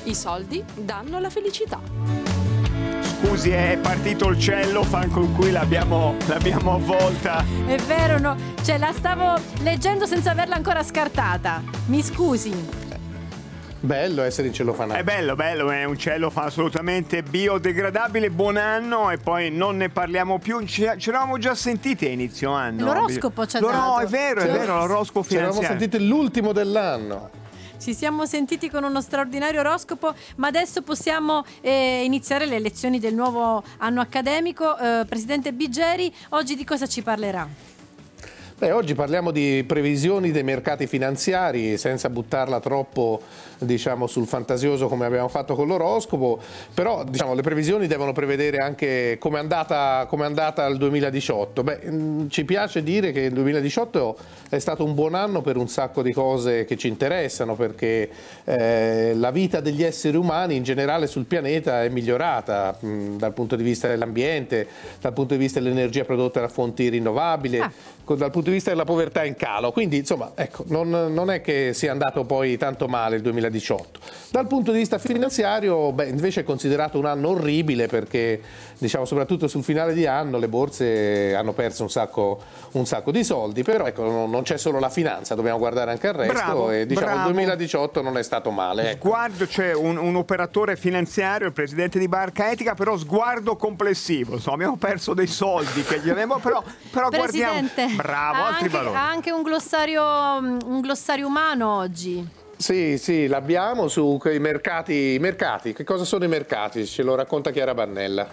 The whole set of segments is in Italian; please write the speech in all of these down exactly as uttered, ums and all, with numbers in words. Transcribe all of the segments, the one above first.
I soldi danno la felicità. Scusi, è partito il cellofan con cui l'abbiamo, l'abbiamo avvolta. È vero, no? Cioè, la stavo leggendo senza averla ancora scartata. Mi scusi. Bello essere in cellofanato. È bello, bello, è un cellofan assolutamente biodegradabile. Buon anno, e poi non ne parliamo più. Ci, ci eravamo già sentiti a inizio anno. L'oroscopo ci ha L'oro- dato. è vero, è C'era- vero, l'oroscopo Ci eravamo finanziario. sentiti l'ultimo dell'anno. Ci siamo sentiti con uno straordinario oroscopo, ma adesso possiamo eh, iniziare le lezioni del nuovo anno accademico. Eh, Presidente Biggeri, oggi di cosa ci parlerà? Beh, oggi parliamo di previsioni dei mercati finanziari, senza buttarla troppo, diciamo, sul fantasioso come abbiamo fatto con l'oroscopo, però diciamo, le previsioni devono prevedere anche come è andata, come è andata il duemiladiciotto. Beh, mh, ci piace dire che il duemiladiciotto è stato un buon anno per un sacco di cose che ci interessano, perché eh, la vita degli esseri umani in generale sul pianeta è migliorata mh, dal punto di vista dell'ambiente, dal punto di vista dell'energia prodotta da fonti rinnovabili, Ah. dal punto di vista della povertà in calo. Quindi insomma, ecco, non, non è che sia andato poi tanto male il duemiladiciotto. Dal punto di vista finanziario, beh, invece è considerato un anno orribile, perché diciamo soprattutto sul finale di anno le borse hanno perso un sacco, un sacco di soldi, però ecco, non, non c'è solo la finanza, dobbiamo guardare anche al resto. Bravo, e diciamo bravo. il duemiladiciotto non è stato male. Ecco. Sguardo, c'è un, un operatore finanziario, il presidente di Barca Etica, però sguardo complessivo. Insomma, abbiamo perso dei soldi che gli avevamo, però, però guardiamo. Presidente, Bravo, ha altri anche, valori. ha anche un glossario, un glossario umano oggi. Sì, sì, l'abbiamo su quei mercati. I mercati, che cosa sono i mercati? Ce lo racconta Chiara Bannella.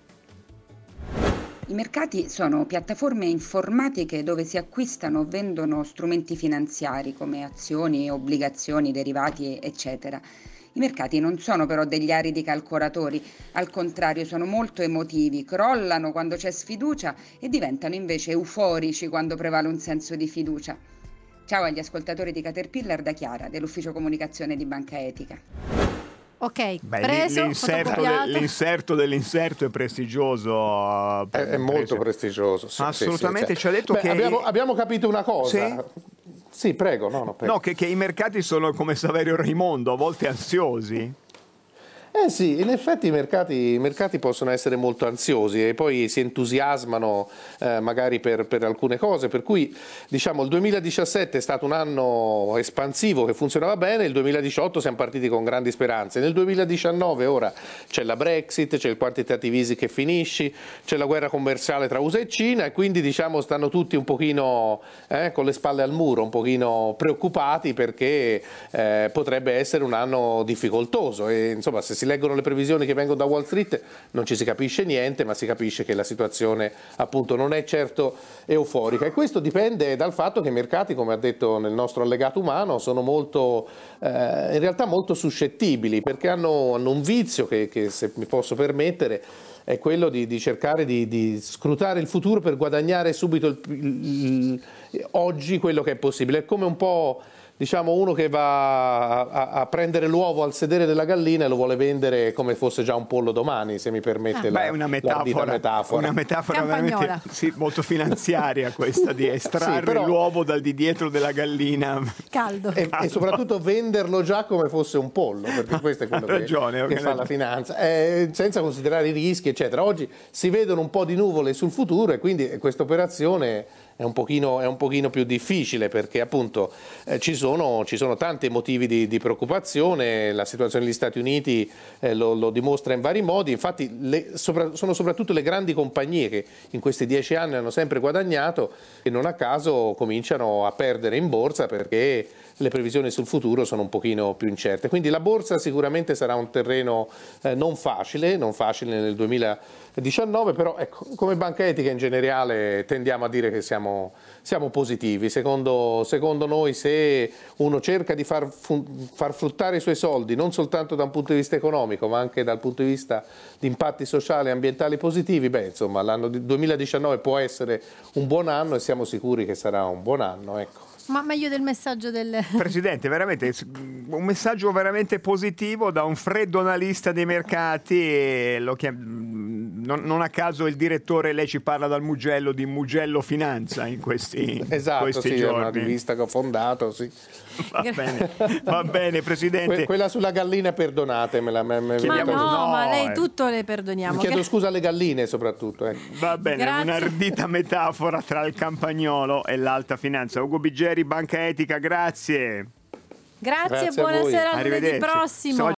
I mercati sono piattaforme informatiche dove si acquistano o vendono strumenti finanziari come azioni, obbligazioni, derivati, eccetera. I mercati non sono però degli aridi calcolatori, al contrario sono molto emotivi, crollano quando c'è sfiducia e diventano invece euforici quando prevale un senso di fiducia. Ciao agli ascoltatori di Caterpillar da Chiara, dell'ufficio comunicazione di Banca Etica. Ok, Beh, preso, l'inserto, fotocopiato. de- l'inserto dell'inserto è prestigioso. È, è molto prestigioso. Sì, Assolutamente, sì, sì. ci ha detto Beh, che abbiamo, abbiamo capito una cosa. Sì, prego, no, no, prego. No, che, che i mercati sono come Saverio Raimondo, a volte ansiosi. Eh sì, in effetti i mercati, i mercati possono essere molto ansiosi e poi si entusiasmano eh, magari per, per alcune cose, per cui diciamo il duemiladiciassette è stato un anno espansivo che funzionava bene, il duemiladiciotto siamo partiti con grandi speranze, nel duemiladiciannove ora c'è la Brexit, c'è il quantitative easy che finisce, c'è la guerra commerciale tra U S A e Cina e quindi diciamo stanno tutti un pochino eh, con le spalle al muro, un pochino preoccupati perché eh, potrebbe essere un anno difficoltoso e insomma se si leggono le previsioni che vengono da Wall Street non ci si capisce niente, ma si capisce che la situazione appunto non è certo euforica e questo dipende dal fatto che i mercati, come ha detto nel nostro allegato umano, sono molto eh, in realtà molto suscettibili perché hanno, hanno un vizio che, che se mi posso permettere è quello di, di cercare di, di scrutare il futuro per guadagnare subito il, il, il, oggi quello che è possibile. È come un po' diciamo uno che va a, a prendere l'uovo al sedere della gallina e lo vuole vendere come fosse già un pollo domani, se mi permette ah, la, beh, una metafora, metafora. Una metafora veramente sì, molto finanziaria questa di estrarre sì, però, l'uovo dal di dietro della gallina caldo. E, caldo. E soprattutto venderlo già come fosse un pollo, perché questo è quello che, ragione, che fa la finanza, eh, senza considerare i rischi, eccetera. Oggi si vedono un po' di nuvole sul futuro e quindi questa operazione è un pochino, è un pochino più difficile perché appunto eh, ci, sono, ci sono tanti motivi di, di preoccupazione, la situazione negli Stati Uniti eh, lo, lo dimostra in vari modi, infatti le, sopra, sono soprattutto le grandi compagnie che in questi dieci anni hanno sempre guadagnato e non a caso cominciano a perdere in borsa perché le previsioni sul futuro sono un pochino più incerte. Quindi la borsa sicuramente sarà un terreno eh, non facile, non facile nel duemiladiciannove, però ecco, come Banca Etica in generale tendiamo a dire che siamo, siamo positivi. Secondo, secondo noi se uno cerca di far, far fruttare i suoi soldi non soltanto da un punto di vista economico ma anche dal punto di vista di impatti sociali e ambientali positivi, beh insomma l'anno duemiladiciannove può essere un buon anno e siamo sicuri che sarà un buon anno. Ecco. Ma meglio del messaggio del Presidente, veramente un messaggio veramente positivo da un freddo analista dei mercati, e lo chiam... non, non a caso il direttore, lei ci parla dal Mugello di Mugello Finanza in questi, esatto, questi sì, giorni. è una rivista che ho fondato, sì. Va bene, va bene, Presidente. Que- quella sulla gallina perdonatemela. Me, me, Ma Chiediamo- no, no, ma lei eh. tutto le perdoniamo. Chiedo Gra- scusa alle galline soprattutto. Eh. Va bene, Grazie. un'ardita metafora tra il campagnolo e l'alta finanza. Ugo Biggeri, Banca Etica, grazie. Grazie, Grazie a voi. buonasera, a lunedì Arrivederci. prossimo. Stiamo